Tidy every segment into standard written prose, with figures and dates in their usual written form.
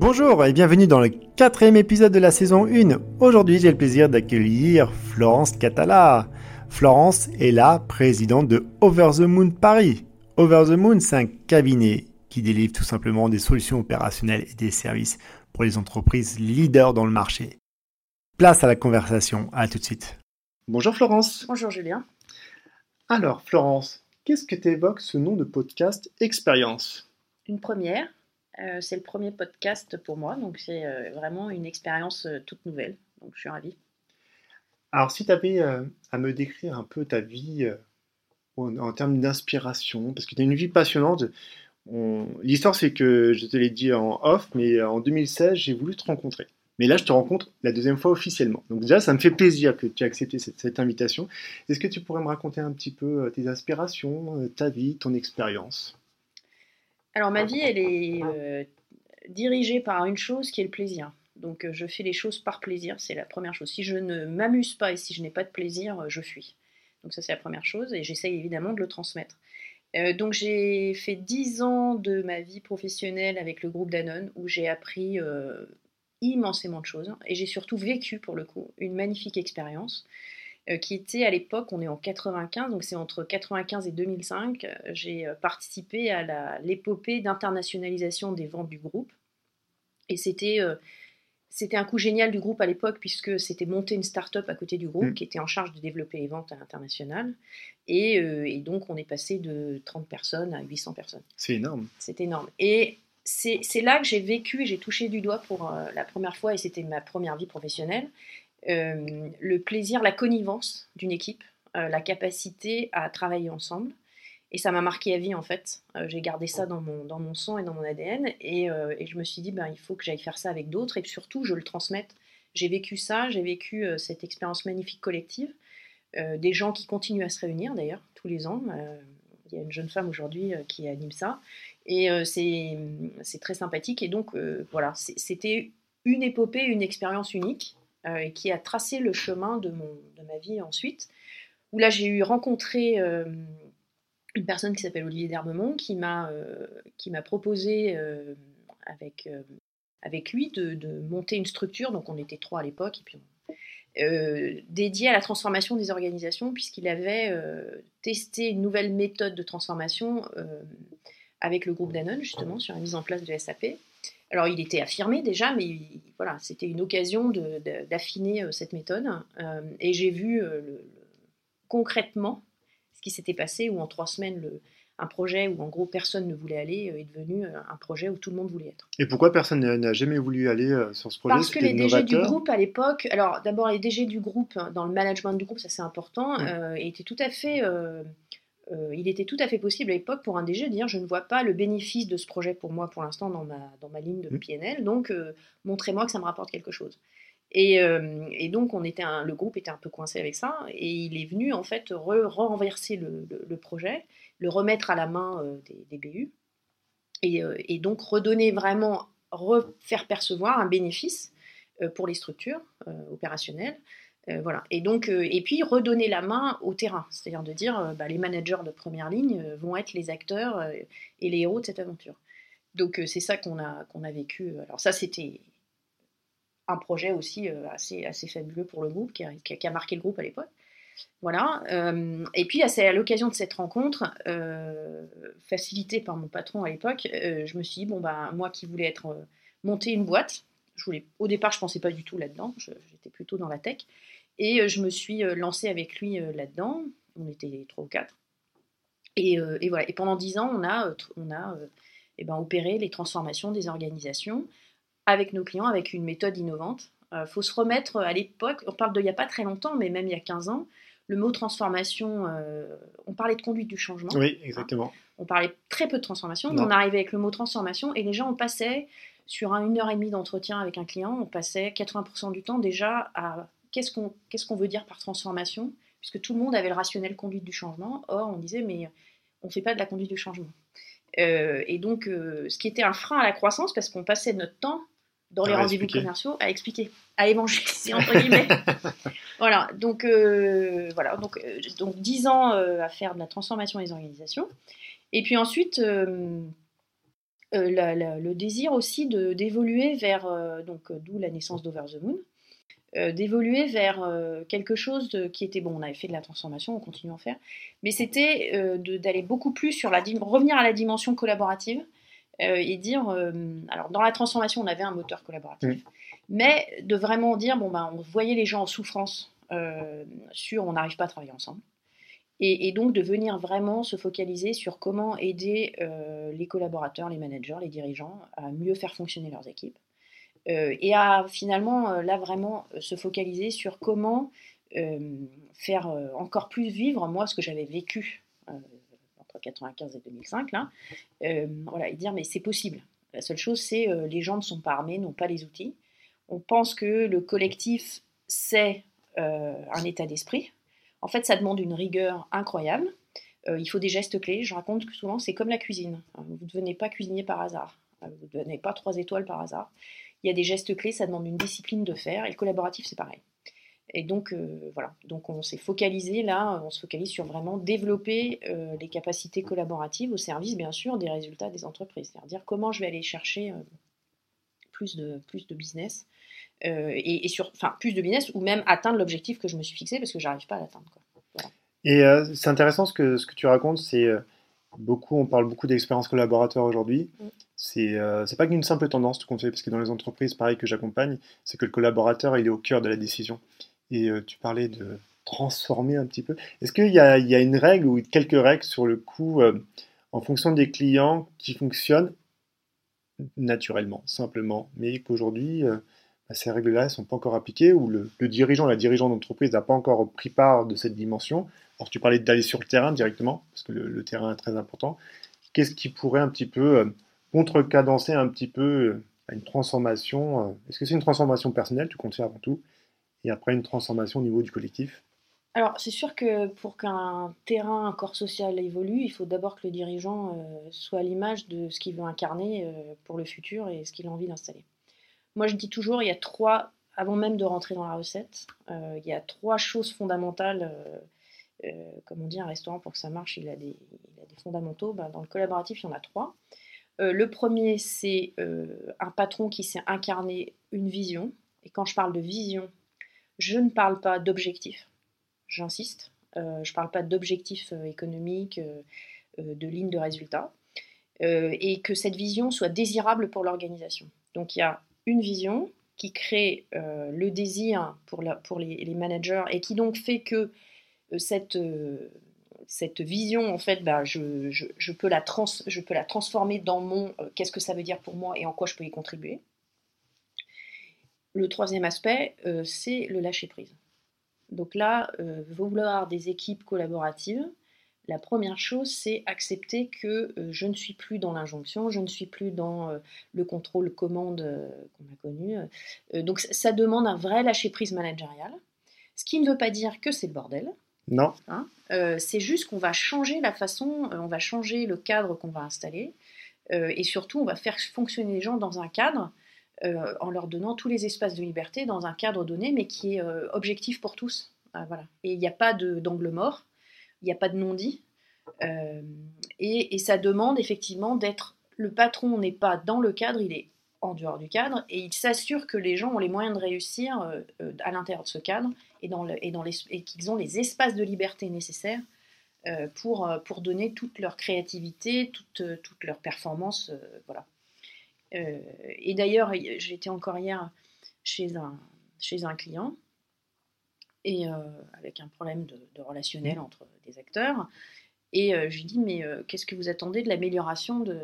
Bonjour et bienvenue dans le 4e épisode de la saison 1. Aujourd'hui, j'ai le plaisir d'accueillir Florence Catala. Florence est la présidente de Over the Moon Paris. Over the Moon, c'est un cabinet qui délivre tout simplement des solutions opérationnelles et des services pour les entreprises leaders dans le marché. Place à la conversation, à tout de suite. Bonjour Florence. Bonjour Julien. Alors Florence, qu'est-ce que t'évoque ce nom de podcast Expérience ? Une première, c'est le premier podcast pour moi, donc c'est vraiment une expérience toute nouvelle, donc je suis ravie. Alors si tu avais à me décrire un peu ta vie en termes d'inspiration, parce que tu as une vie passionnante, l'histoire c'est que je te l'ai dit en off, mais en 2016 j'ai voulu te rencontrer. Mais là je te rencontre la deuxième fois officiellement. Donc déjà ça me fait plaisir que tu aies accepté cette invitation. Est-ce que tu pourrais me raconter un petit peu tes aspirations, ta vie, ton expérience ? Alors ma vie elle est dirigée par une chose qui est le plaisir. Donc je fais les choses par plaisir, c'est la première chose. Si je ne m'amuse pas et si je n'ai pas de plaisir, je fuis. Donc ça c'est la première chose et j'essaye évidemment de le transmettre. Donc j'ai fait 10 ans de ma vie professionnelle avec le groupe Danone où j'ai appris immensément de choses et j'ai surtout vécu pour le coup une magnifique expérience qui était à l'époque, on est en 95, donc c'est entre 95 et 2005, j'ai participé à l'épopée d'internationalisation des ventes du groupe et c'était un coup génial du groupe à l'époque puisque c'était monter une start-up à côté du groupe qui était en charge de développer les ventes à l'international. Et donc, on est passé de 30 personnes à 800 personnes. C'est énorme. C'est énorme. Et c'est là que j'ai vécu et j'ai touché du doigt pour la première fois, et c'était ma première vie professionnelle, le plaisir, la connivence d'une équipe, la capacité à travailler ensemble. Et ça m'a marqué à vie en fait. J'ai gardé ça dans mon sang et dans mon ADN. Et je me suis dit, il faut que j'aille faire ça avec d'autres et que surtout je le transmette. J'ai vécu ça, j'ai vécu cette expérience magnifique collective. Des gens qui continuent à se réunir d'ailleurs tous les ans. Il y a une jeune femme aujourd'hui qui anime ça. Et c'est très sympathique. Et donc voilà, c'était une épopée, une expérience unique qui a tracé le chemin de ma vie ensuite. Où là j'ai rencontré une personne qui s'appelle Olivier d'Herbemont qui m'a proposé avec lui de monter une structure, donc on était 3 à l'époque, et puis dédiée à la transformation des organisations, puisqu'il avait testé une nouvelle méthode de transformation avec le groupe Danone, justement, sur la mise en place de SAP. Alors il était affirmé déjà, mais voilà, c'était une occasion d'affiner cette méthode, et j'ai vu concrètement ce qui s'était passé, où en 3 semaines, un projet où en gros personne ne voulait aller est devenu un projet où tout le monde voulait être. Et pourquoi personne n'a jamais voulu aller sur ce projet ? Parce que les DG du groupe à l'époque, alors d'abord les DG du groupe, dans le management du groupe, ça c'est important, était tout à fait, il était tout à fait possible à l'époque pour un DG de dire je ne vois pas le bénéfice de ce projet pour moi pour l'instant dans ma ligne de PNL, donc montrez-moi que ça me rapporte quelque chose. Et donc le groupe était un peu coincé avec ça, et il est venu en fait renverser le projet, le remettre à la main des BU, et donc redonner vraiment, refaire percevoir un bénéfice pour les structures opérationnelles. Voilà. Et donc, et puis redonner la main au terrain, c'est-à-dire de dire les managers de première ligne vont être les acteurs et les héros de cette aventure. Donc c'est ça qu'on a vécu. Alors ça c'était un projet aussi assez fabuleux pour le groupe, qui a marqué le groupe à l'époque. Voilà. Et puis, c'est à l'occasion de cette rencontre, facilitée par mon patron à l'époque, je me suis dit, moi qui voulais monter une boîte, au départ, je ne pensais pas du tout là-dedans, j'étais plutôt dans la tech, et je me suis lancée avec lui là-dedans, on était 3 ou 4. Et voilà. Et pendant 10 ans, on a opéré les transformations des organisations, avec nos clients, avec une méthode innovante. Faut se remettre à l'époque, on parle d'il n'y a pas très longtemps, mais même il y a 15 ans, le mot transformation, on parlait de conduite du changement. Oui, exactement. On parlait très peu de transformation, mais Non. on arrivait avec le mot transformation et les gens, on passait sur 1h30 d'entretien avec un client, on passait 80% du temps déjà à qu'est-ce qu'on veut dire par transformation, puisque tout le monde avait le rationnel conduite du changement. Or, on disait, mais on ne fait pas de la conduite du changement. Et donc, ce qui était un frein à la croissance, parce qu'on passait notre temps dans les rendez-vous commerciaux à expliquer, à évangéliser entre guillemets. Voilà, donc 10 ans à faire de la transformation des organisations. Et puis ensuite, Le désir aussi d'évoluer vers, d'où la naissance d'Over the Moon, d'évoluer vers quelque chose qui était, bon, on avait fait de la transformation, on continue à en faire, mais c'était d'aller beaucoup plus sur revenir à la dimension collaborative et dire, alors dans la transformation, on avait un moteur collaboratif, mais de vraiment dire, bon, ben, on voyait les gens en souffrance sur on n'arrive pas à travailler ensemble. Et donc de venir vraiment se focaliser sur comment aider les collaborateurs, les managers, les dirigeants à mieux faire fonctionner leurs équipes. Et à finalement, là vraiment, se focaliser sur comment faire encore plus vivre, moi, ce que j'avais vécu entre 95 et 2005, là, voilà, et dire, mais c'est possible. La seule chose, c'est les gens ne sont pas armés, n'ont pas les outils. On pense que le collectif, c'est un état d'esprit. En fait, ça demande une rigueur incroyable. Il faut des gestes clés. Je raconte que souvent, c'est comme la cuisine. Vous ne devenez pas cuisinier par hasard. Vous ne devenez pas 3 étoiles par hasard. Il y a des gestes clés, ça demande une discipline de faire. Et le collaboratif, c'est pareil. Et donc, voilà. Donc, on s'est focalisé là, on se focalise sur vraiment développer les capacités collaboratives au service, bien sûr, des résultats des entreprises. C'est-à-dire comment je vais aller chercher plus de business plus de business ou même atteindre l'objectif que je me suis fixé parce que j'arrive pas à l'atteindre. Voilà. Et c'est intéressant ce que tu racontes, c'est on parle beaucoup d'expérience collaborateur aujourd'hui. C'est pas qu'une simple tendance tout compte fait, parce que dans les entreprises, pareil que j'accompagne, c'est que le collaborateur il est au cœur de la décision. Et tu parlais de transformer un petit peu. Est-ce qu'il y a une règle ou quelques règles sur le coup, en fonction des clients, qui fonctionnent naturellement, simplement, mais qu'aujourd'hui, ces règles-là ne sont pas encore appliquées, ou le dirigeant, la dirigeante d'entreprise n'a pas encore pris part de cette dimension. Alors tu parlais d'aller sur le terrain directement, parce que le terrain est très important. Qu'est-ce qui pourrait un petit peu contrecadencer un petit peu une transformation Est-ce que c'est une transformation personnelle, tu comptes faire avant tout, et après une transformation au niveau du collectif? Alors, c'est sûr que pour qu'un terrain, un corps social évolue, il faut d'abord que le dirigeant soit à l'image de ce qu'il veut incarner pour le futur et ce qu'il a envie d'installer. Moi, je dis toujours, il y a avant même de rentrer dans la recette, il y a 3 choses fondamentales. Comme on dit, un restaurant, pour que ça marche, il a des fondamentaux. Ben, dans le collaboratif, il y en a 3. Le premier, c'est un patron qui sait incarner une vision. Et quand je parle de vision, je ne parle pas d'objectif. J'insiste. Je ne parle pas d'objectifs économiques, de lignes de résultats. Et que cette vision soit désirable pour l'organisation. Donc il y a une vision qui crée le désir pour les managers et qui donc fait que cette vision, en fait, bah, je peux la transformer dans mon qu'est-ce que ça veut dire pour moi et en quoi je peux y contribuer. Le troisième aspect, c'est le lâcher-prise. Donc là, vouloir des équipes collaboratives, la première chose, c'est accepter que je ne suis plus dans l'injonction, je ne suis plus dans le contrôle-commande qu'on a connu. Donc ça demande un vrai lâcher-prise managérial, ce qui ne veut pas dire que c'est le bordel. Non. Hein, c'est juste qu'on va changer la façon, on va changer le cadre qu'on va installer, et surtout on va faire fonctionner les gens dans un cadre en leur donnant tous les espaces de liberté dans un cadre donné, mais qui est objectif pour tous. Voilà. Et il n'y a pas d'angle mort, il n'y a pas de non-dit, et ça demande effectivement d'être... Le patron n'est pas dans le cadre, il est en dehors du cadre, et il s'assure que les gens ont les moyens de réussir à l'intérieur de ce cadre, et qu'ils ont les espaces de liberté nécessaires pour donner toute leur créativité, toute leur performance. Voilà. Et d'ailleurs, j'étais encore hier chez un client, et avec un problème de relationnel entre des acteurs, et je lui dis, mais qu'est-ce que vous attendez de l'amélioration de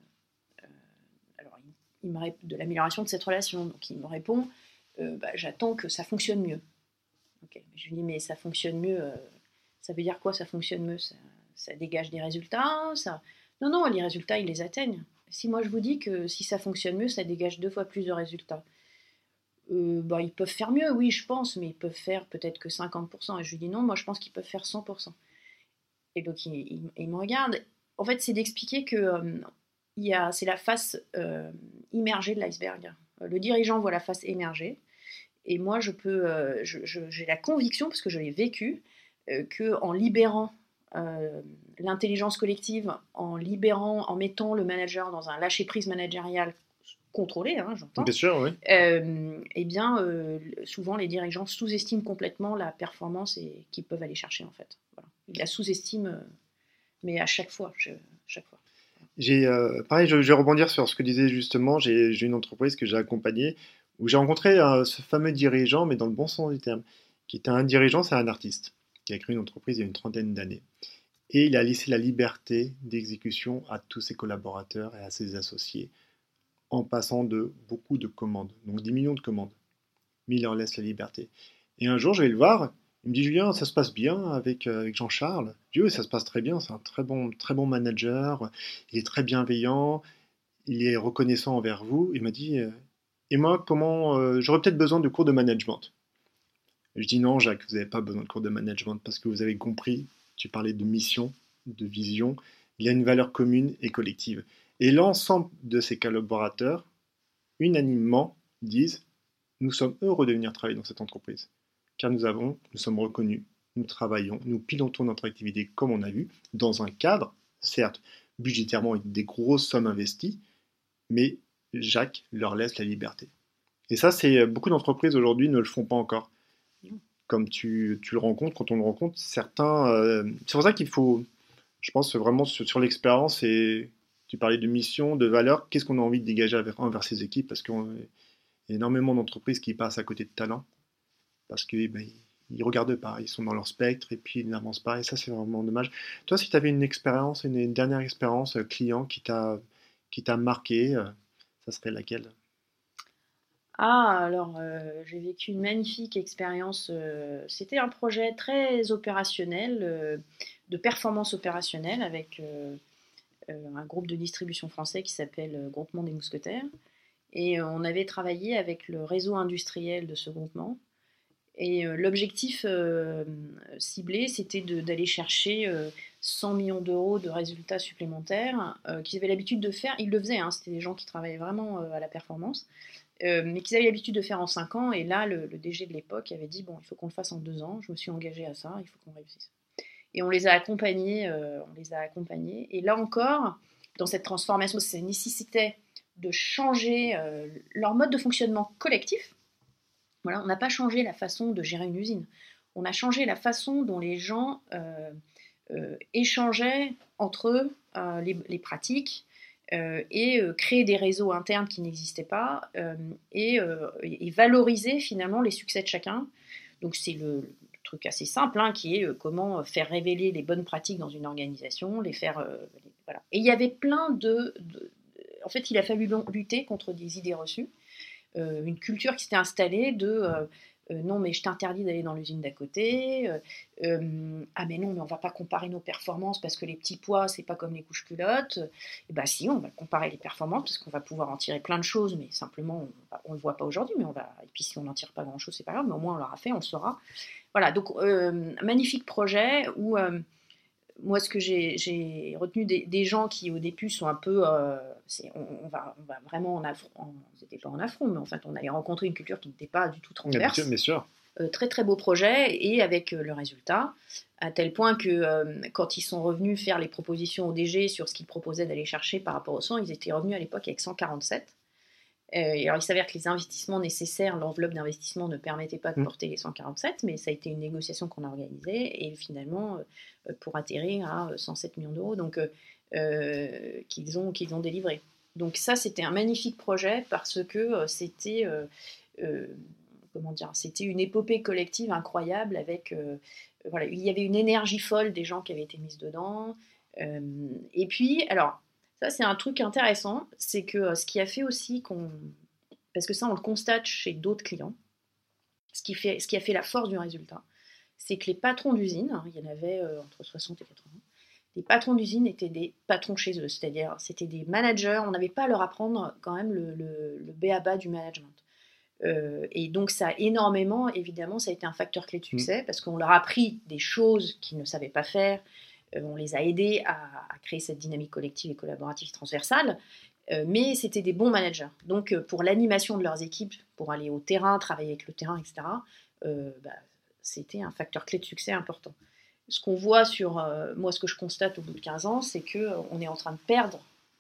l'amélioration de cette relation? Donc il me répond, j'attends que ça fonctionne mieux. Okay. Je lui dis, mais ça fonctionne mieux, ça veut dire quoi, ça fonctionne mieux? Ça dégage des résultats, ça... Non, les résultats, ils les atteignent. Si moi je vous dis que si ça fonctionne mieux, ça dégage 2 fois plus de résultats, ils peuvent faire mieux, oui, je pense, mais ils peuvent faire peut-être que 50%. Et je lui dis non, moi je pense qu'ils peuvent faire 100%. Et donc il me regarde. En fait, c'est d'expliquer que c'est la face immergée de l'iceberg. Le dirigeant voit la face émergée. Et moi, j'ai la conviction, parce que je l'ai vécu, qu'en libérant l'intelligence collective en libérant, en mettant le manager dans un lâcher-prise managérial contrôlé, j'entends. Bien sûr, oui. Eh bien, souvent les dirigeants sous-estiment complètement la performance qu'ils peuvent aller chercher en fait. Voilà. Ils la sous-estiment, mais à chaque fois. Pareil, je vais rebondir sur ce que disait justement. J'ai une entreprise que j'ai accompagnée où j'ai rencontré ce fameux dirigeant, mais dans le bon sens du terme, qui était un dirigeant, c'est un artiste qui a créé une entreprise il y a une trentaine d'années. Et il a laissé la liberté d'exécution à tous ses collaborateurs et à ses associés en passant de beaucoup de commandes, donc 10 millions de commandes. Mais il leur laisse la liberté. Et un jour, je vais le voir, il me dit Julien, ça se passe bien avec Jean-Charles. Je dis oui, ça se passe très bien, c'est un très bon manager, il est très bienveillant, il est reconnaissant envers vous. Il m'a dit et moi, j'aurais peut-être besoin de cours de management. Je dis non, Jacques, vous n'avez pas besoin de cours de management parce que vous avez compris, tu parlais de mission, de vision, il y a une valeur commune et collective. Et l'ensemble de ses collaborateurs, unanimement, disent nous sommes heureux de venir travailler dans cette entreprise, car nous sommes reconnus, nous travaillons, nous pilotons notre activité comme on a vu, dans un cadre, certes, budgétairement avec des grosses sommes investies, mais Jacques leur laisse la liberté. Et ça, beaucoup d'entreprises aujourd'hui ne le font pas encore. Comme tu le rencontres, quand on le rencontre, certains... c'est pour ça qu'il faut, je pense, vraiment sur l'expérience, et tu parlais de mission, de valeur, qu'est-ce qu'on a envie de dégager envers ces équipes, parce qu'il y a énormément d'entreprises qui passent à côté de talents, parce qu'ils ne regardent pas, ils sont dans leur spectre, et puis ils n'avancent pas, et ça, c'est vraiment dommage. Toi, si tu avais une dernière expérience client qui t'a marqué, ça serait laquelle? Alors, j'ai vécu une magnifique expérience. C'était un projet très opérationnel, de performance opérationnelle avec un groupe de distribution français qui s'appelle Groupement des Mousquetaires. Et on avait travaillé avec le réseau industriel de ce groupement. Et l'objectif ciblé, c'était d'aller chercher 100 millions d'euros de résultats supplémentaires qu'ils avaient l'habitude de faire. Ils le faisaient, c'était des gens qui travaillaient vraiment à la performance. Mais qu'ils avaient l'habitude de faire en 5 ans. Et là, le DG de l'époque avait dit bon, il faut qu'on le fasse en 2 ans. Je me suis engagée à ça, il faut qu'on réussisse. Et on les a accompagnés. Et là encore, dans cette transformation, ça nécessitait de changer leur mode de fonctionnement collectif. Voilà, on n'a pas changé la façon de gérer une usine. On a changé la façon dont les gens échangeaient entre eux les pratiques, et créer des réseaux internes qui n'existaient pas, et valoriser finalement les succès de chacun. Donc c'est le truc assez simple, qui est comment faire révéler les bonnes pratiques dans une organisation, voilà. Et il y avait plein en fait, il a fallu lutter contre des idées reçues, une culture qui s'était installée de non mais je t'interdis d'aller dans l'usine d'à côté, ah mais non mais on va pas comparer nos performances parce que les petits pois c'est pas comme les couches culottes, et bah si on va comparer les performances parce qu'on va pouvoir en tirer plein de choses, mais simplement on le voit pas aujourd'hui, mais et puis si on n'en tire pas grand chose c'est pas grave, mais au moins on l'aura fait, on le saura. Voilà, donc magnifique projet où moi, ce que j'ai retenu des gens qui, au début, sont un peu... on va vraiment en affront. C'était pas en affront, mais en fait, on allait rencontrer une culture qui n'était pas du tout transverse. Bien sûr. Très, très beau projet, et avec le résultat, à tel point que quand ils sont revenus faire les propositions au DG sur ce qu'ils proposaient d'aller chercher par rapport au 100, ils étaient revenus à l'époque avec 147. Alors, il s'avère que les investissements nécessaires, l'enveloppe d'investissement ne permettait pas de porter les 147, mais ça a été une négociation qu'on a organisée, et finalement, pour atterrir à 107 millions d'euros, donc qu'ils ont délivré. Donc ça, c'était un magnifique projet parce que c'était, c'était une épopée collective incroyable avec, voilà, il y avait une énergie folle des gens qui avaient été mises dedans. Et puis, alors, ça, c'est un truc intéressant, c'est que ce qui a fait aussi parce que ça, on le constate chez d'autres clients, ce qui a fait la force du résultat, c'est que les patrons d'usine, il y en avait entre 60 et 80, les patrons d'usine étaient des patrons chez eux, c'est-à-dire c'était des managers, on n'avait pas à leur apprendre quand même le b.a.-ba du management. Et donc ça a énormément, évidemment, ça a été un facteur clé de succès, parce qu'on leur a appris des choses qu'ils ne savaient pas faire. On les a aidés à créer cette dynamique collective et collaborative transversale, mais c'était des bons managers. Donc, pour l'animation de leurs équipes, pour aller au terrain, travailler avec le terrain, etc., c'était un facteur clé de succès important. ce qu'on voit sur, moi ce que je constate au bout de 15 ans, c'est qu'on est en train de perdre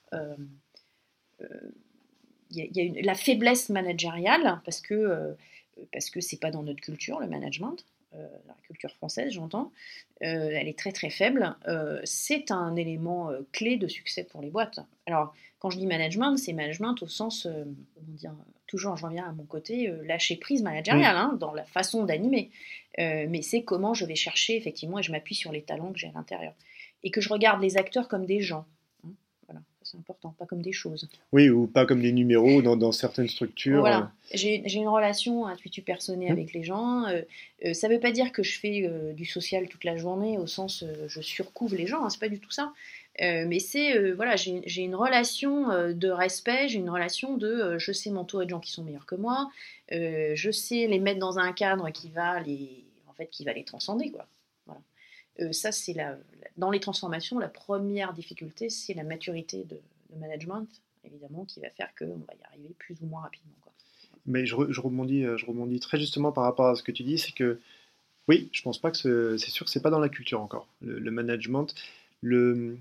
y a la faiblesse managériale, parce que c'est pas dans notre culture, le management, la culture française, j'entends, elle est très très faible. C'est un élément clé de succès pour les boîtes. Alors, quand je dis management, c'est management au sens, comment dire, toujours, je reviens à mon côté, lâcher prise managériale, hein, dans la façon d'animer. Mais c'est comment je vais chercher, effectivement, et je m'appuie sur les talents que j'ai à l'intérieur. Et que je regarde les acteurs comme des gens. Hein, voilà, c'est important, pas comme des choses. Oui, ou pas comme des numéros dans certaines structures. Voilà, j'ai une relation intuitu personnée avec les gens. Ça ne veut pas dire que je fais du social toute la journée, au sens je surcouvre les gens, hein, c'est pas du tout ça. Mais c'est, voilà, j'ai une relation de respect, j'ai une relation de je sais m'entourer de gens qui sont meilleurs que moi, je sais les mettre dans un cadre en fait, qui va les transcender, quoi. Voilà. Ça, c'est dans les transformations, la première difficulté, c'est la maturité de management, évidemment, qui va faire qu'on va y arriver plus ou moins rapidement, quoi. Mais je rebondis très justement par rapport à ce que tu dis, c'est que oui, je pense pas que c'est sûr que c'est pas dans la culture encore. Le management, le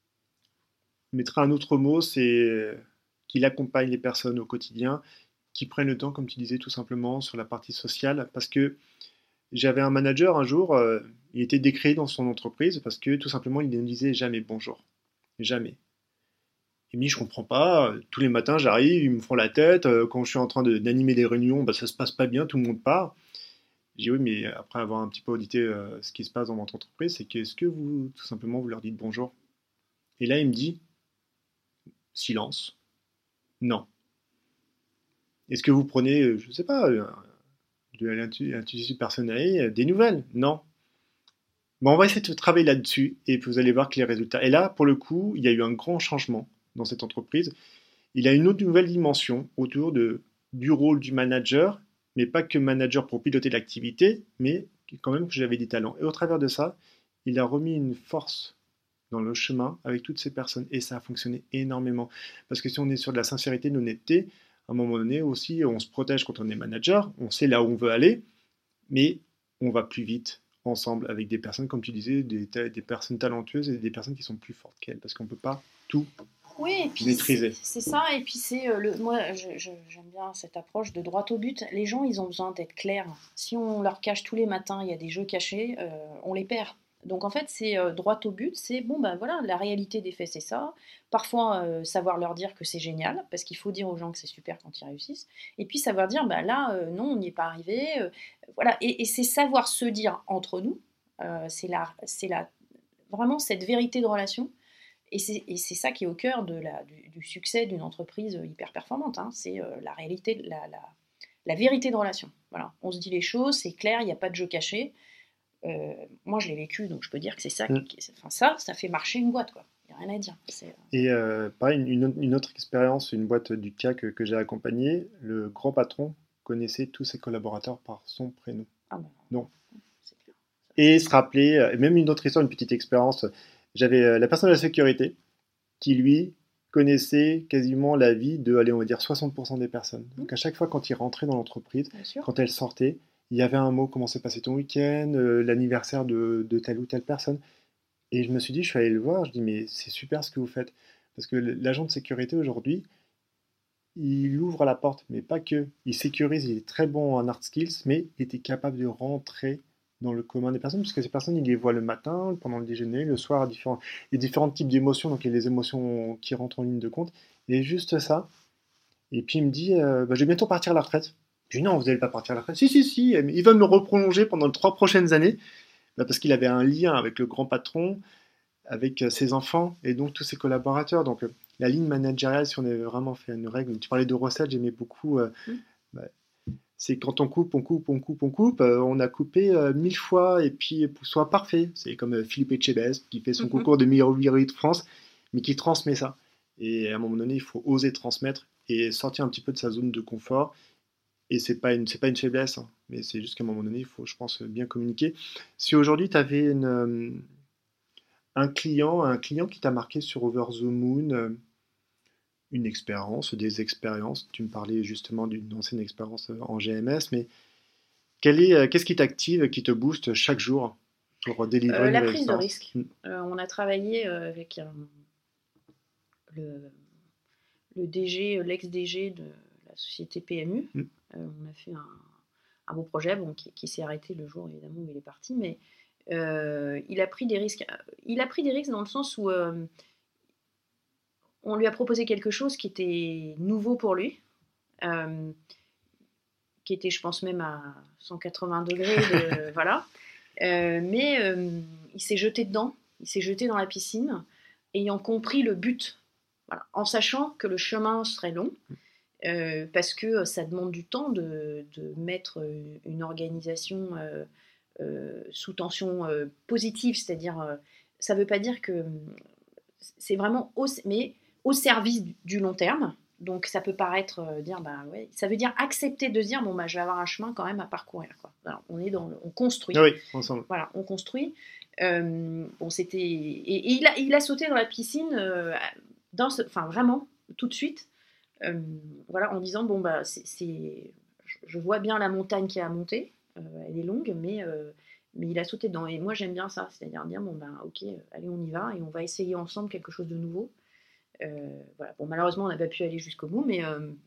mettra un autre mot, c'est qu'il accompagne les personnes au quotidien, qui prennent le temps, comme tu disais, tout simplement sur la partie sociale, parce que j'avais un manager un jour, il était décrié dans son entreprise parce que tout simplement il ne disait jamais bonjour, jamais. Il me dit, je comprends pas, tous les matins j'arrive, ils me font la tête, quand je suis en train d'animer les réunions, bah, ça se passe pas bien, tout le monde part. J'ai dit, oui, mais après avoir un petit peu audité ce qui se passe dans votre entreprise, c'est qu'est-ce que vous, tout simplement, vous leur dites bonjour? Et là, il me dit, silence, non. Est-ce que vous prenez, je sais pas, de l'intuition personnelle, des nouvelles? Non. Bon, on va essayer de travailler là-dessus et vous allez voir que les résultats. Et là, pour le coup, il y a eu un grand changement dans cette entreprise. Il a une autre nouvelle dimension autour du rôle du manager, mais pas que manager pour piloter l'activité, mais quand même que j'avais des talents. Et au travers de ça, il a remis une force dans le chemin avec toutes ces personnes et ça a fonctionné énormément. Parce que si on est sur de la sincérité, de l'honnêteté, à un moment donné aussi, on se protège quand on est manager, on sait là où on veut aller, mais on va plus vite ensemble avec des personnes, comme tu disais, des personnes talentueuses et des personnes qui sont plus fortes qu'elles, parce qu'on ne peut pas tout Oui, et puis maîtriser. c'est ça, et puis c'est moi j'aime bien cette approche de droit au but. Les gens, ils ont besoin d'être clairs. Si on leur cache tous les matins, il y a des jeux cachés, on les perd. Donc en fait, c'est droit au but, c'est bon ben voilà, la réalité des faits c'est ça. Parfois savoir leur dire que c'est génial, parce qu'il faut dire aux gens que c'est super quand ils réussissent. Et puis savoir dire bah là non, on n'y est pas arrivé. Voilà, et c'est savoir se dire entre nous. C'est vraiment cette vérité de relation et c'est ça qui est au cœur du succès d'une entreprise hyper performante. Hein. C'est la réalité, la vérité de relation. Voilà. On se dit les choses, c'est clair, il n'y a pas de jeu caché. Moi, je l'ai vécu, donc je peux dire que c'est ça. Enfin, ça fait marcher une boîte, quoi. Il n'y a rien à dire. Et pareil, une autre expérience, une boîte du CAC que j'ai accompagnée, le grand patron connaissait tous ses collaborateurs par son prénom. Ah ben, non. C'est clair. Et se rappeler, même une autre histoire, une petite expérience, j'avais la personne de la sécurité qui, lui, connaissait quasiment la vie de, allez, on va dire 60% des personnes. Donc à chaque fois quand il rentrait dans l'entreprise, quand elle sortait, il y avait un mot, comment s'est passé ton week-end, l'anniversaire de telle ou telle personne. Et je me suis dit, je suis allé le voir, je dis, mais c'est super ce que vous faites. Parce que l'agent de sécurité aujourd'hui, il ouvre la porte, mais pas que. Il sécurise, il est très bon en hard skills, mais il était capable de rentrer dans le commun des personnes, puisque ces personnes, il les voit le matin, pendant le déjeuner, le soir, il y a différents types d'émotions, donc il y a les émotions qui rentrent en ligne de compte. Et juste ça. Et puis il me dit, bah, je vais bientôt partir à la retraite. Je dis, non, vous n'allez pas partir à la retraite. Si, si, si, il va me reprolonger pendant les 3 prochaines années, bah, parce qu'il avait un lien avec le grand patron, avec ses enfants et donc tous ses collaborateurs. Donc la ligne managériale, si on avait vraiment fait une règle, tu parlais de recettes, j'aimais beaucoup, bah, c'est quand on coupe, on coupe, on coupe, on coupe, on a coupé 1000 fois et puis pour soit parfait. C'est comme Philippe Etchebest qui fait son concours de meilleur ouvrier de France, mais qui transmet ça. Et à un moment donné, il faut oser transmettre et sortir un petit peu de sa zone de confort. Et c'est pas une faiblesse, hein, mais c'est juste qu'à un moment donné, il faut, je pense, bien communiquer. Si aujourd'hui, tu avais un client qui t'a marqué sur Over the Moon, une expérience, des expériences. Tu me parlais justement d'une ancienne expérience en GMS, mais qu'est-ce qui t'active, qui te booste chaque jour? pour délivrer une La prise de résistance. risque. On a travaillé avec le DG, l'ex-DG de la société PMU. On a fait un beau projet qui s'est arrêté le jour évidemment où il est parti, mais il a pris des risques. Il a pris des risques dans le sens où on lui a proposé quelque chose qui était nouveau pour lui, qui était, je pense, même à 180 degrés. Voilà. Mais il s'est jeté dedans, il s'est jeté dans la piscine, ayant compris le but, voilà, en sachant que le chemin serait long, parce que ça demande du temps de mettre une organisation sous tension positive, c'est-à-dire, ça ne veut pas dire que c'est vraiment mais au service du long terme. Donc ça peut paraître dire, bah ouais, ça veut dire accepter de se dire, bon bah je vais avoir un chemin quand même à parcourir, quoi. Alors, on construit. Oui, ensemble. Voilà, on construit. Bon, c'était et il a sauté dans la piscine, enfin vraiment tout de suite. Voilà, en disant bon bah je vois bien la montagne qui est à monter, elle est longue, mais il a sauté dedans. Et moi j'aime bien ça, c'est-à-dire dire bon ben ok, allez on y va et on va essayer ensemble quelque chose de nouveau. Voilà. Bon, malheureusement on n'a pas pu aller jusqu'au bout, mais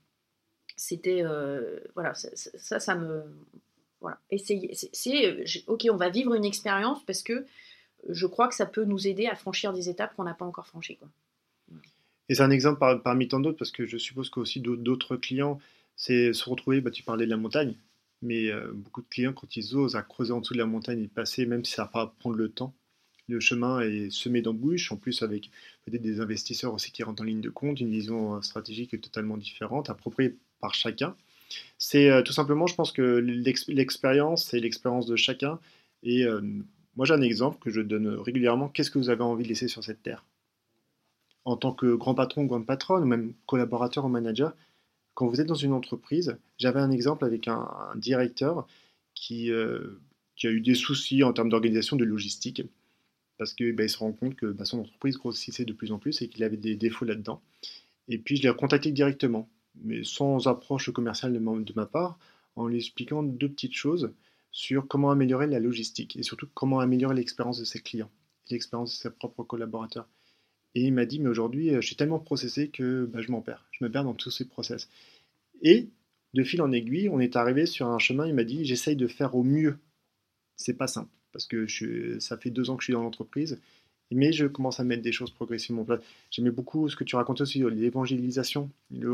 c'était voilà, ça me voilà, essayer. Ok, on va vivre une expérience parce que je crois que ça peut nous aider à franchir des étapes qu'on n'a pas encore franchies, quoi. Et c'est un exemple parmi tant d'autres, parce que je suppose qu'aussi d'autres clients, c'est se retrouver, bah, tu parlais de la montagne, mais beaucoup de clients, quand ils osent à creuser en dessous de la montagne et passer, même si ça va pas prendre le temps, le chemin est semé d'embûches, en plus avec peut-être des investisseurs aussi qui rentrent en ligne de compte, une vision stratégique totalement différente, appropriée par chacun. C'est tout simplement, je pense que l'expérience, c'est l'expérience de chacun. Et moi, j'ai un exemple que je donne régulièrement. Qu'est-ce que vous avez envie de laisser sur cette terre? En tant que grand patron ou grande patronne, ou même collaborateur ou manager, quand vous êtes dans une entreprise, j'avais un exemple avec un directeur qui, euh, qui a eu des soucis en termes d'organisation, de logistique, parce que bah, il se rend compte que bah, son entreprise grossissait de plus en plus et qu'il avait des défauts là-dedans. Et puis je l'ai contacté directement, mais sans approche commerciale de ma part, en lui expliquant deux petites choses sur comment améliorer la logistique et surtout comment améliorer l'expérience de ses clients, l'expérience de ses propres collaborateurs. Et il m'a dit, mais aujourd'hui, je suis tellement processé que bah, je m'en perds. Je me perds dans tous ces process. Et de fil en aiguille, on est arrivé sur un chemin, il m'a dit, j'essaye de faire au mieux. C'est pas simple, parce que ça fait 2 ans que je suis dans l'entreprise, mais je commence à mettre des choses progressivement en place. J'aimais beaucoup ce que tu racontais aussi, l'évangélisation.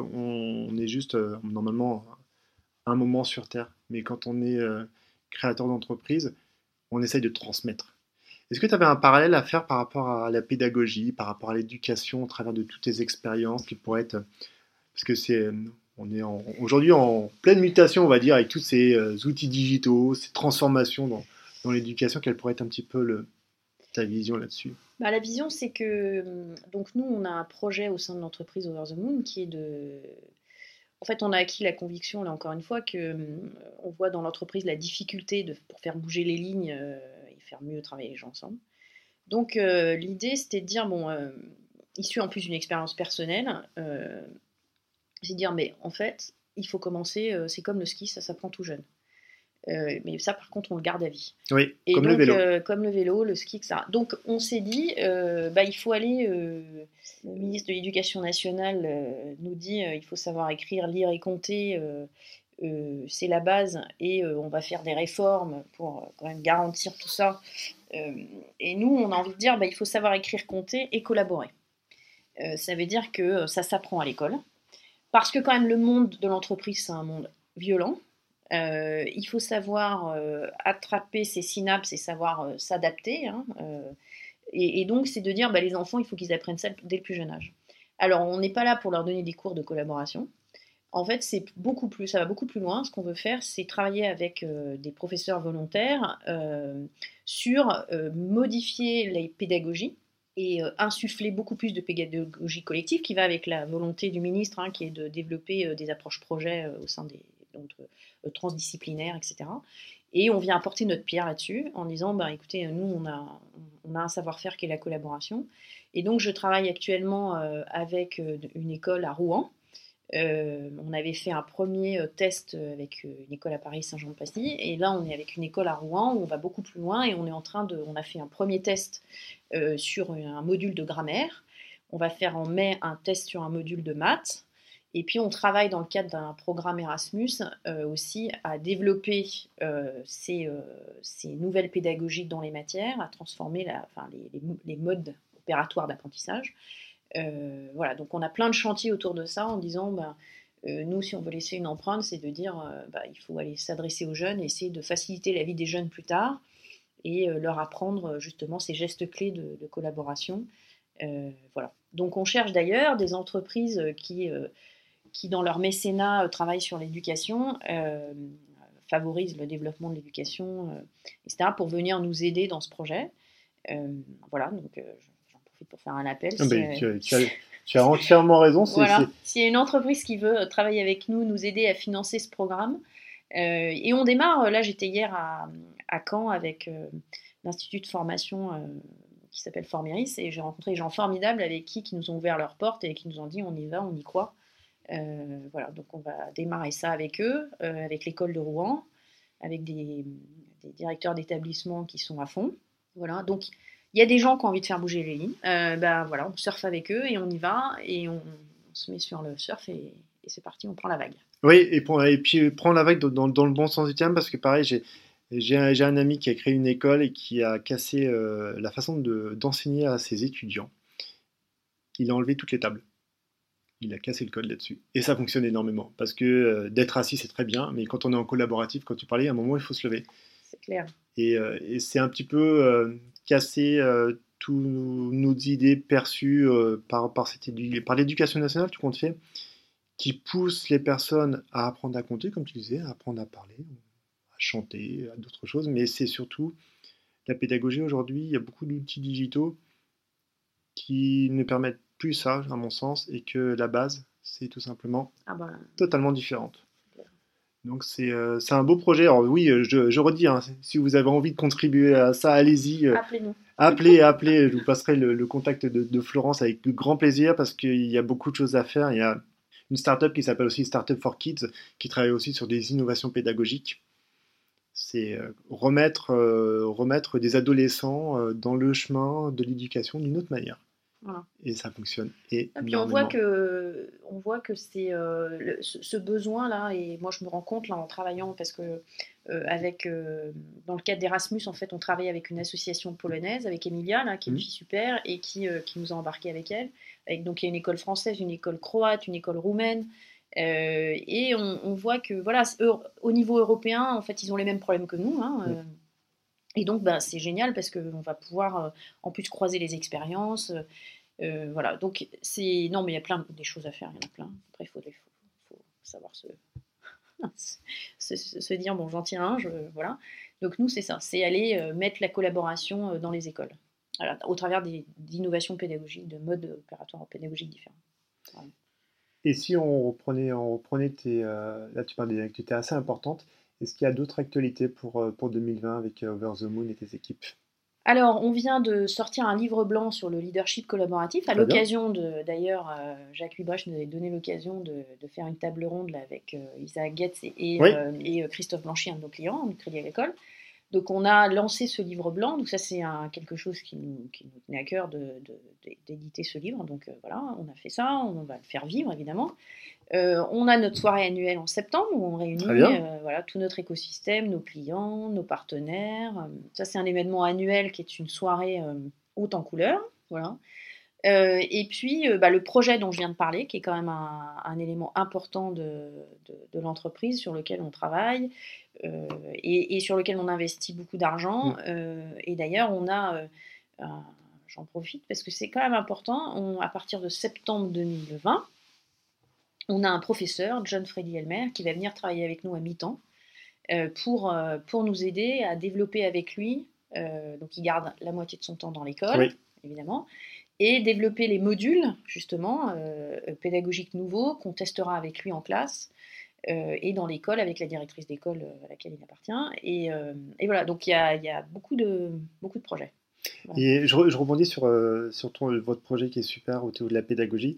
On est juste, normalement, un moment sur Terre, mais quand on est créateur d'entreprise, on essaye de transmettre. Est-ce que tu avais un parallèle à faire par rapport à la pédagogie, par rapport à l'éducation, au travers de toutes tes expériences qui pourraient être... Parce que on est aujourd'hui en pleine mutation, on va dire, avec tous ces outils digitaux, ces transformations dans l'éducation, quelle pourrait être un petit peu ta vision là-dessus? Bah, la vision, c'est que donc nous, on a un projet au sein de l'entreprise Over the Moon qui est en fait, on a acquis la conviction, là encore une fois, que on voit dans l'entreprise la difficulté pour faire bouger les lignes et faire mieux travailler les gens ensemble. Donc l'idée, c'était de dire, bon, issu en plus d'une expérience personnelle, c'est de dire, mais en fait, il faut commencer, c'est comme le ski, ça s'apprend tout jeune. Mais ça, par contre, on le garde à vie. Oui, Et comme donc, le vélo. comme le vélo, le ski, etc. Donc, on s'est dit, bah, il faut aller. Le ministre de l'Éducation nationale nous dit il faut savoir écrire, lire et compter. C'est la base. Et on va faire des réformes pour quand même garantir tout ça. Et nous, on a envie de dire bah, il faut savoir écrire, compter et collaborer. Ça veut dire que ça s'apprend à l'école. Parce que, quand même, le monde de l'entreprise, c'est un monde violent. Il faut savoir attraper ses synapses et savoir s'adapter. Hein, et donc, c'est de dire, bah, les enfants, il faut qu'ils apprennent ça dès le plus jeune âge. Alors, on n'est pas là pour leur donner des cours de collaboration. En fait, ça va beaucoup plus loin. Ce qu'on veut faire, c'est travailler avec des professeurs volontaires sur modifier les pédagogies et insuffler beaucoup plus de pédagogie collective qui va avec la volonté du ministre, hein, qui est de développer des approches projets au sein des transdisciplinaires, etc. Et on vient apporter notre pierre là-dessus en disant, bah, écoutez, nous, on a un savoir-faire qui est la collaboration. Et donc, je travaille actuellement avec une école à Rouen On avait fait un premier test avec une école à Paris, Saint-Jean-de-Passy, et là on est avec une école à Rouen où on va beaucoup plus loin et on a fait un premier test sur un module de grammaire. On va faire en mai un test sur un module de maths. Et puis on travaille dans le cadre d'un programme Erasmus aussi à développer ces nouvelles pédagogies dans les matières, à transformer les modes opératoires d'apprentissage. Voilà, donc on a plein de chantiers autour de ça en disant, nous, si on veut laisser une empreinte, c'est de dire, il faut aller s'adresser aux jeunes, essayer de faciliter la vie des jeunes plus tard et leur apprendre justement ces gestes clés de collaboration. Voilà. Donc on cherche d'ailleurs des entreprises qui dans leur mécénat, travaillent sur l'éducation, favorisent le développement de l'éducation, etc., pour venir nous aider dans ce projet. Voilà, donc j'en profite pour faire un appel. Tu as entièrement raison. Voilà. S'il y a une entreprise qui veut travailler avec nous, nous aider à financer ce programme, et on démarre, là j'étais hier à Caen avec l'institut de formation qui s'appelle Formiris, et j'ai rencontré des gens formidables avec qui nous ont ouvert leurs portes et qui nous ont dit on y va, on y croit. Voilà, donc on va démarrer ça avec eux, avec l'école de Rouen, avec des directeurs d'établissement qui sont à fond. Voilà, donc il y a des gens qui ont envie de faire bouger les lignes. Voilà, on surfe avec eux et on y va et on se met sur le surf et c'est parti, on prend la vague. Oui, et puis prendre la vague dans le bon sens du terme, parce que pareil, j'ai un ami qui a créé une école et qui a cassé la façon d'enseigner à ses étudiants. Il a enlevé toutes les tables. Il a cassé le code là-dessus. Et ça fonctionne énormément. Parce que d'être assis, c'est très bien, mais quand on est en collaboratif, quand tu parlais, à un moment, il faut se lever. C'est clair. Et c'est un petit peu casser toutes nos idées perçues par l'éducation nationale, tout compte fait, qui pousse les personnes à apprendre à compter, comme tu disais, à apprendre à parler, à chanter, à d'autres choses. Mais c'est surtout la pédagogie aujourd'hui. Il y a beaucoup d'outils digitaux qui ne permettent plus ça, à mon sens, et que la base, c'est tout simplement totalement différente. Donc c'est un beau projet. Alors oui, je redis, hein, si vous avez envie de contribuer à ça, allez-y. Appelez-nous. Appelez. Je vous passerai le contact de Florence avec grand plaisir, parce qu'il y a beaucoup de choses à faire. Il y a une start-up qui s'appelle aussi Startup for Kids, qui travaille aussi sur des innovations pédagogiques. C'est remettre des adolescents dans le chemin de l'éducation d'une autre manière. Voilà. Et ça fonctionne énormément. Et puis on voit que c'est ce besoin-là, et moi je me rends compte là en travaillant, parce que dans le cadre d'Erasmus, en fait, on travaille avec une association polonaise, avec Emilia, là, qui est une fille super, et qui nous a embarqués avec elle. Donc il y a une école française, une école croate, une école roumaine. Et on voit que voilà, au niveau européen, en fait, ils ont les mêmes problèmes que nous. Hein, et donc, c'est génial parce qu'on va pouvoir en plus croiser les expériences. Voilà, donc non, mais il y a plein des choses à faire, il y en a plein. Après, il faut savoir se dire bon, j'en tiens un, voilà. Donc nous, c'est ça, c'est aller mettre la collaboration dans les écoles, voilà, au travers d'innovations pédagogiques, de modes opératoires pédagogiques différents. Voilà. Et si on reprenait là tu parles des activités assez importantes, est-ce qu'il y a d'autres actualités pour 2020 avec Over the Moon et tes équipes? Alors, on vient de sortir un livre blanc sur le leadership collaboratif. À l'occasion d'ailleurs, Jacques Hubrech nous avait donné l'occasion de faire une table ronde là, avec Isaac Getz et Christophe Blanchy, un de nos clients, du Crédit Agricole. Donc, on a lancé ce livre blanc. Donc, ça, c'est quelque chose qui nous tenait à cœur d'éditer ce livre. Donc, voilà, on a fait ça. On va le faire vivre, évidemment. On a notre soirée annuelle en septembre où on réunit tout notre écosystème, nos clients, nos partenaires. Ça, c'est un événement annuel qui est une soirée haute en couleurs. Voilà. Et puis, le projet dont je viens de parler, qui est quand même un élément important de l'entreprise sur lequel on travaille et sur lequel on investit beaucoup d'argent. Et d'ailleurs, on a, j'en profite parce que c'est quand même important, à partir de septembre 2020, on a un professeur, John Freddy Elmer, qui va venir travailler avec nous à mi-temps pour nous aider à développer avec lui. Donc, il garde la moitié de son temps dans l'école, évidemment, et développer les modules, justement, pédagogiques nouveaux qu'on testera avec lui en classe et dans l'école avec la directrice d'école à laquelle il appartient. Et voilà, donc il y a beaucoup de projets. Voilà. Et je rebondis sur votre projet qui est super autour de la pédagogie.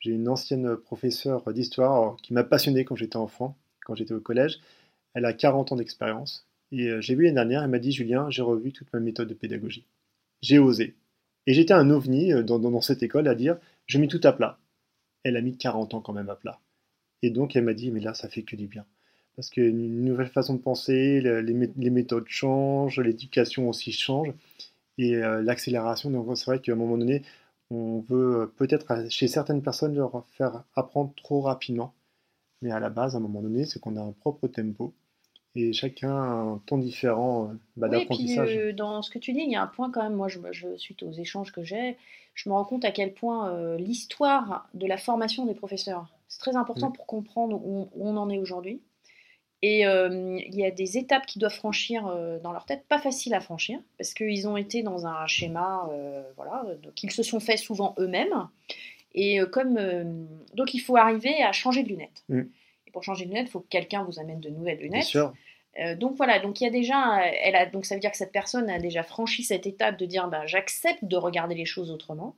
J'ai une ancienne professeure d'histoire qui m'a passionné quand j'étais enfant, quand j'étais au collège. Elle a 40 ans d'expérience. Et j'ai vu l'année dernière, elle m'a dit, Julien, j'ai revu toute ma méthode de pédagogie. J'ai osé. Et j'étais un ovni dans cette école à dire, je mets tout à plat. Elle a mis 40 ans quand même à plat. Et donc elle m'a dit, mais là, ça fait que du bien. Parce qu'une nouvelle façon de penser, les méthodes changent, l'éducation aussi change, et l'accélération. Donc c'est vrai qu'à un moment donné, on veut peut-être chez certaines personnes leur faire apprendre trop rapidement. Mais à la base, à un moment donné, c'est qu'on a un propre tempo et chacun a un temps différent Oui, et puis d'apprentissage. dans ce que tu dis, il y a un point quand même, moi, suite aux échanges que j'ai, je me rends compte à quel point l'histoire de la formation des professeurs, c'est très important Mm. pour comprendre où on en est aujourd'hui. Et il y a des étapes qu'ils doivent franchir dans leur tête, pas faciles à franchir, parce qu'ils ont été dans un schéma, voilà, qu'ils se sont fait souvent eux-mêmes. Et donc il faut arriver à changer de lunettes. Mm. Et pour changer de lunettes, il faut que quelqu'un vous amène de nouvelles Bien lunettes. sûr. Donc voilà, donc il y a déjà, donc ça veut dire que cette personne a déjà franchi cette étape de dire, bah, j'accepte de regarder les choses autrement.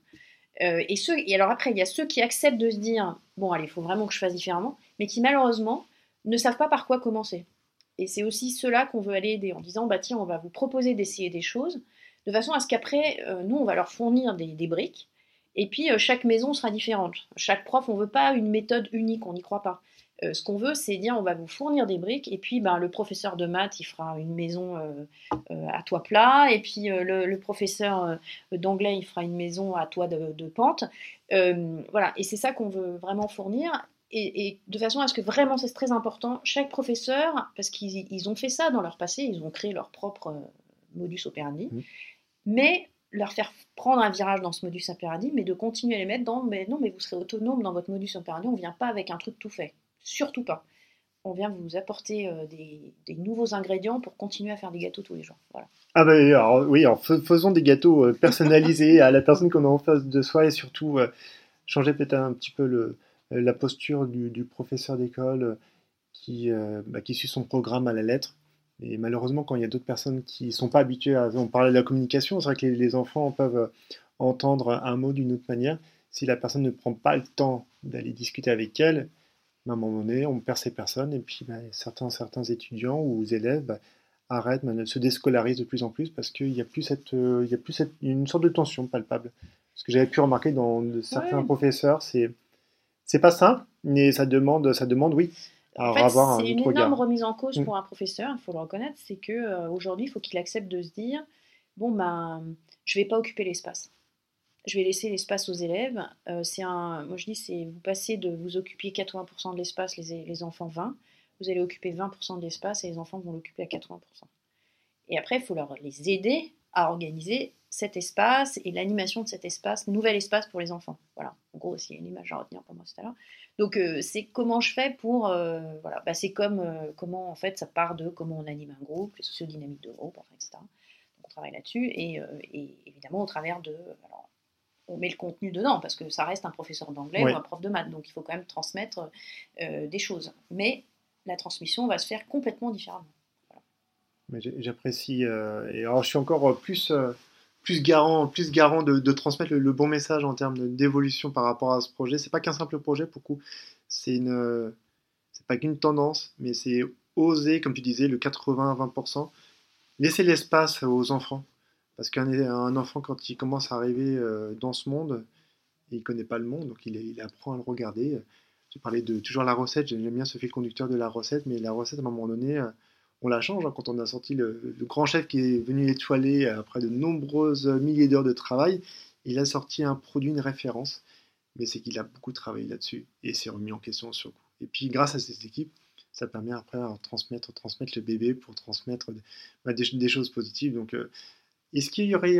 Et alors après, il y a ceux qui acceptent de se dire, bon allez, il faut vraiment que je fasse différemment, mais qui malheureusement ne savent pas par quoi commencer. Et c'est aussi ceux-là qu'on veut aller aider en disant, bah tiens, on va vous proposer d'essayer des choses, de façon à ce qu'après, nous, on va leur fournir des briques, et puis chaque maison sera différente. Chaque prof, on veut pas une méthode unique, on n'y croit pas. Ce qu'on veut, c'est dire, on va vous fournir des briques, et puis ben, le professeur de maths, il fera une maison à toit plat, et puis le professeur d'anglais, il fera une maison à toit de pente. Voilà, et c'est ça qu'on veut vraiment fournir. Et de façon à ce que vraiment, c'est très important, chaque professeur, parce qu'ils ont fait ça dans leur passé, ils ont créé leur propre modus operandi, Mm. mais leur faire prendre un virage dans ce modus operandi, mais de continuer à les mettre dans, mais non, mais vous serez autonome dans votre modus operandi, on ne vient pas avec un truc tout fait. Surtout pas. On vient vous apporter des nouveaux ingrédients pour continuer à faire des gâteaux tous les jours. Voilà. Ah bah alors, oui, alors faisons des gâteaux personnalisés à la personne qu'on a en face de soi et surtout changer peut-être un petit peu la posture du professeur d'école qui suit son programme à la lettre. Et malheureusement, quand il y a d'autres personnes qui ne sont pas habituées à... On parlait de la communication, c'est vrai que les enfants peuvent entendre un mot d'une autre manière. Si la personne ne prend pas le temps d'aller discuter avec elle, à un moment donné, on perd ces personnes et puis certains étudiants ou élèves arrêtent, se déscolarisent de plus en plus parce qu'il n'y a plus il y a une sorte de tension palpable. Ce que j'avais pu remarquer dans certains Ouais. professeurs, c'est pas simple, mais ça demande, oui, En à fait, avoir c'est un une autre énorme regard. remise en cause Mm. pour un professeur, il faut le reconnaître, c'est que aujourd'hui, il faut qu'il accepte de se dire, bon ben, je vais pas occuper l'espace. Je vais laisser l'espace aux élèves. Moi je dis, c'est vous passez de vous occuper 80% de l'espace, les enfants 20, vous allez occuper 20% de l'espace et les enfants vont l'occuper à 80%. Et après, il faut les aider à organiser cet espace et l'animation de cet espace, nouvel espace pour les enfants. Voilà, en gros, c'est une image à retenir pour moi tout à l'heure. Donc, c'est comment je fais pour. Voilà, bah, c'est comme comment, en fait, ça part de comment on anime un groupe, les sociodynamiques de groupe, enfin, etc. Donc, on travaille là-dessus et évidemment, au travers de. Alors, on met le contenu dedans parce que ça reste un professeur d'anglais ou un Ouais. prof de maths, donc il faut quand même transmettre des choses. Mais la transmission va se faire complètement différemment. Voilà. Mais j'apprécie. Et alors, je suis encore plus garant de transmettre le bon message en termes d'évolution par rapport à ce projet. C'est pas qu'un simple projet, pour coup. C'est pas qu'une tendance, mais c'est oser, comme tu disais, le 80-20%. Laisser l'espace aux enfants. Parce qu'un enfant, quand il commence à arriver dans ce monde, et il connaît pas le monde, donc il apprend à le regarder. Tu parlais de toujours la recette, j'aime bien ce fil conducteur de la recette, mais la recette, à un moment donné, on la change, hein. Quand on a sorti le grand chef qui est venu étoiler après de nombreuses milliers d'heures de travail, il a sorti un produit, une référence, mais c'est qu'il a beaucoup travaillé là-dessus et s'est remis en question sur le coup. Et puis grâce à cette équipe, ça permet après de transmettre le bébé pour transmettre des choses positives. Donc, est-ce qu'il y aurait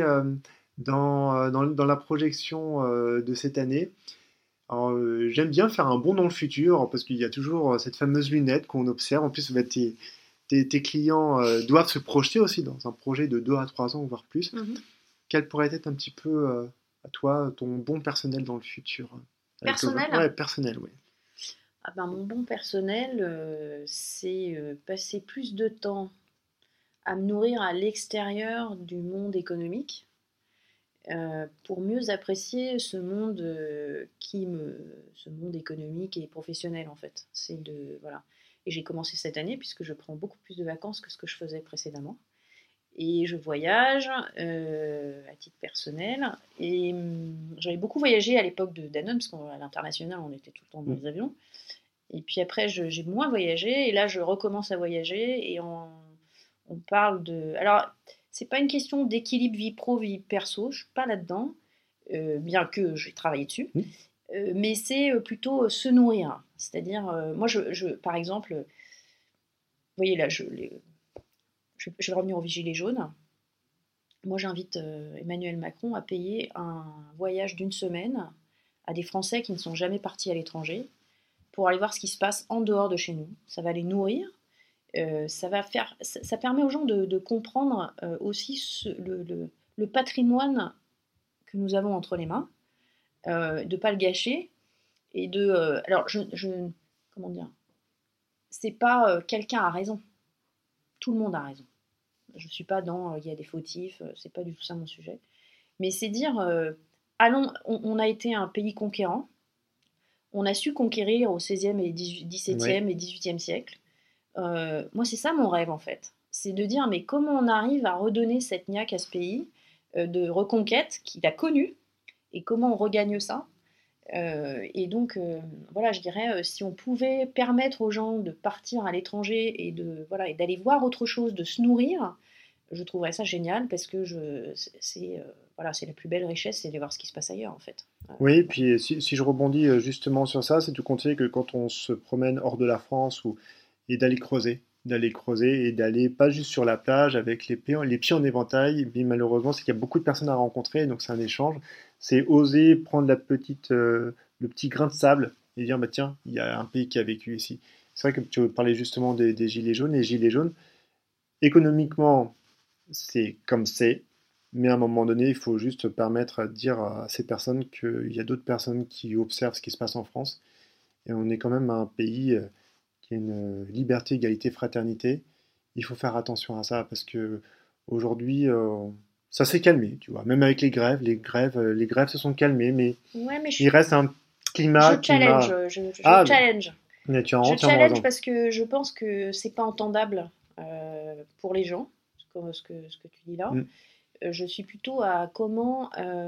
dans la projection de cette année, alors, j'aime bien faire un bond dans le futur parce qu'il y a toujours cette fameuse lunette qu'on observe. En plus, bah, tes clients doivent se projeter aussi dans un projet de 2 à 3 ans, voire plus. Mhm. Quel pourrait être un petit peu, à toi, ton bon personnel dans le futur Personnel. Ouais, personnel, oui. Ah ben, mon bon personnel, c'est passer plus de temps à me nourrir à l'extérieur du monde économique pour mieux apprécier ce monde ce monde économique et professionnel en fait. Voilà. Et j'ai commencé cette année puisque je prends beaucoup plus de vacances que ce que je faisais précédemment. Et je voyage à titre personnel. Et j'avais beaucoup voyagé à l'époque de Danone, parce qu'à l'international, on était tout le temps dans les avions. Et puis après, j'ai moins voyagé. Et là, je recommence à voyager. Et on parle de... Alors, c'est pas une question d'équilibre vie pro, vie perso. Je suis pas là-dedans, bien que j'ai travaillé dessus. Mais c'est plutôt se nourrir. C'est-à-dire, moi, par exemple, vous voyez là, je vais revenir au Gilets jaunes. Moi, j'invite Emmanuel Macron à payer un voyage d'une semaine à des Français qui ne sont jamais partis à l'étranger pour aller voir ce qui se passe en dehors de chez nous. Ça va les nourrir. Ça permet aux gens de comprendre aussi le patrimoine que nous avons entre les mains, de ne pas le gâcher et alors, comment dire, c'est pas quelqu'un a raison. Tout le monde a raison. Je ne suis pas dans il y a des fautifs, c'est pas du tout ça mon sujet. Mais c'est dire, on a été un pays conquérant, on a su conquérir au XVIe et XVIIe et XVIIIe siècle. Moi, c'est ça mon rêve en fait. C'est de dire, mais comment on arrive à redonner cette niaque à ce pays de reconquête qu'il a connu et comment on regagne ça. Et donc, voilà, je dirais, si on pouvait permettre aux gens de partir à l'étranger et d'aller voir autre chose, de se nourrir, je trouverais ça génial parce que c'est la plus belle richesse, c'est de voir ce qui se passe ailleurs en fait. Oui, puis si je rebondis justement sur ça, c'est de compter que quand on se promène hors de la France et d'aller creuser et d'aller pas juste sur la plage avec les pieds en éventail, mais malheureusement, c'est qu'il y a beaucoup de personnes à rencontrer, donc c'est un échange. C'est oser prendre le petit grain de sable et dire, bah tiens, il y a un pays qui a vécu ici. C'est vrai que tu parlais justement des gilets jaunes. Les gilets jaunes, économiquement, c'est comme c'est, mais à un moment donné, il faut juste permettre à dire à ces personnes qu'il y a d'autres personnes qui observent ce qui se passe en France. Et on est quand même un pays qui a une liberté, égalité, fraternité. Il faut faire attention à ça parce que aujourd'hui, ça s'est calmé, tu vois. Même avec les grèves se sont calmées, mais ouais, mais il reste un climat je challenge, je Ah, challenge. mais tu as Je entièrement challenge raison. parce que je pense que c'est pas entendable pour les gens, ce que tu dis là. Mm. Je suis plutôt à comment.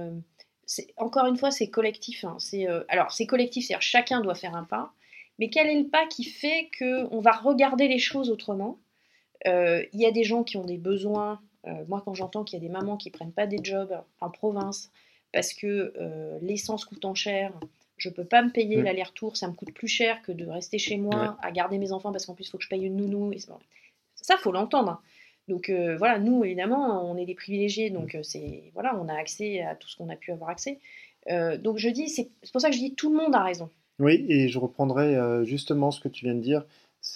Encore une fois, c'est collectif. Hein. Alors, c'est collectif, c'est-à-dire chacun doit faire un pas. Mais quel est le pas qui fait qu'on va regarder les choses autrement? Il y a des gens qui ont des besoins. Moi, quand j'entends qu'il y a des mamans qui prennent pas des jobs en province parce que l'essence coûtant cher, je peux pas me payer Mm. l'aller-retour, ça me coûte plus cher que de rester chez moi Ouais. à garder mes enfants parce qu'en plus il faut que je paye une nounou. Ça, faut l'entendre. Donc voilà, nous évidemment, on est des privilégiés, donc voilà, on a accès à tout ce qu'on a pu avoir accès. Donc je dis, c'est pour ça que je dis, tout le monde a raison. Oui, et je reprendrai justement ce que tu viens de dire. C'est,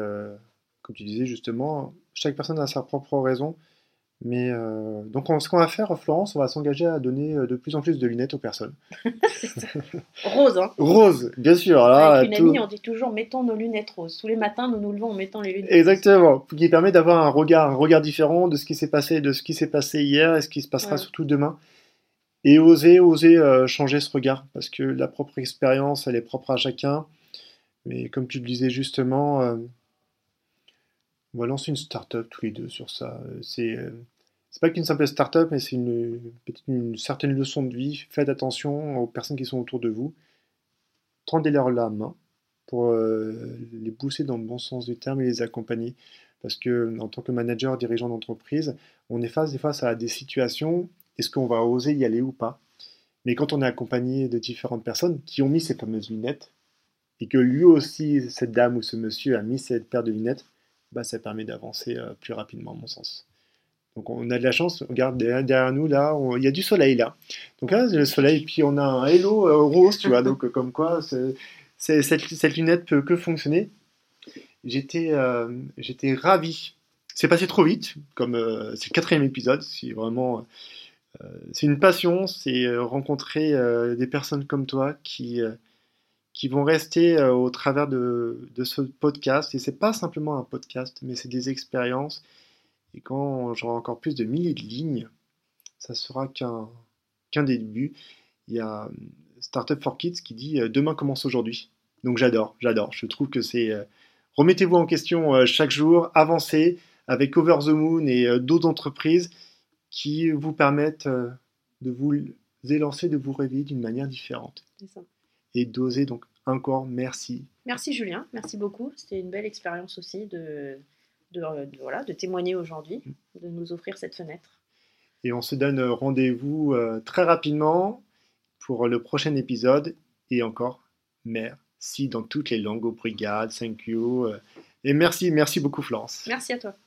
comme tu disais justement, chaque personne a sa propre raison. Mais donc, ce qu'on va faire, Florence, on va s'engager à donner de plus en plus de lunettes aux personnes. C'est ça. Rose, hein. Rose, bien sûr. Avec Là, une amie, on dit toujours mettons nos lunettes roses. Tous les matins, nous nous levons en mettant les lunettes roses. Exactement. Qui permet d'avoir un regard différent de ce qui s'est passé, de ce qui s'est passé hier et ce qui se passera Ouais. surtout demain. Et oser changer ce regard. Parce que la propre expérience, elle est propre à chacun. Mais comme tu le disais justement, on va lancer une start-up tous les deux sur ça. C'est pas qu'une simple start-up, mais c'est peut-être une certaine leçon de vie. Faites attention aux personnes qui sont autour de vous. Tendez-leur la main pour les pousser dans le bon sens du terme et les accompagner. Parce que en tant que manager, dirigeant d'entreprise, on est face des fois à des situations, est-ce qu'on va oser y aller ou pas? Mais quand on est accompagné de différentes personnes qui ont mis ces fameuses lunettes, et que lui aussi, cette dame ou ce monsieur a mis cette paire de lunettes, bah, ça permet d'avancer plus rapidement, à mon sens. Donc on a de la chance, regarde derrière nous là, il y a du soleil là. Donc là, le soleil, puis on a un hello rose, tu vois, donc comme quoi cette lunette peut que fonctionner. J'étais ravi. C'est passé trop vite, comme c'est le quatrième épisode, c'est une passion, c'est rencontrer des personnes comme toi qui vont rester au travers de ce podcast. Et c'est pas simplement un podcast, mais c'est des expériences. Et quand j'aurai encore plus de milliers de lignes, ça sera qu'un début. Il y a Startup for Kids qui dit demain commence aujourd'hui. Donc j'adore. Je trouve que c'est remettez-vous en question chaque jour, avancez avec Over the Moon et d'autres entreprises qui vous permettent de vous élancer, de vous réveiller d'une manière différente. C'est ça. Et d'oser. Donc encore merci. Merci Julien, merci beaucoup. C'était une belle expérience aussi de témoigner aujourd'hui, de nous offrir cette fenêtre. Et on se donne rendez-vous très rapidement pour le prochain épisode. Et encore, merci dans toutes les langues aux brigades. Thank you. Et merci beaucoup Florence. Merci à toi.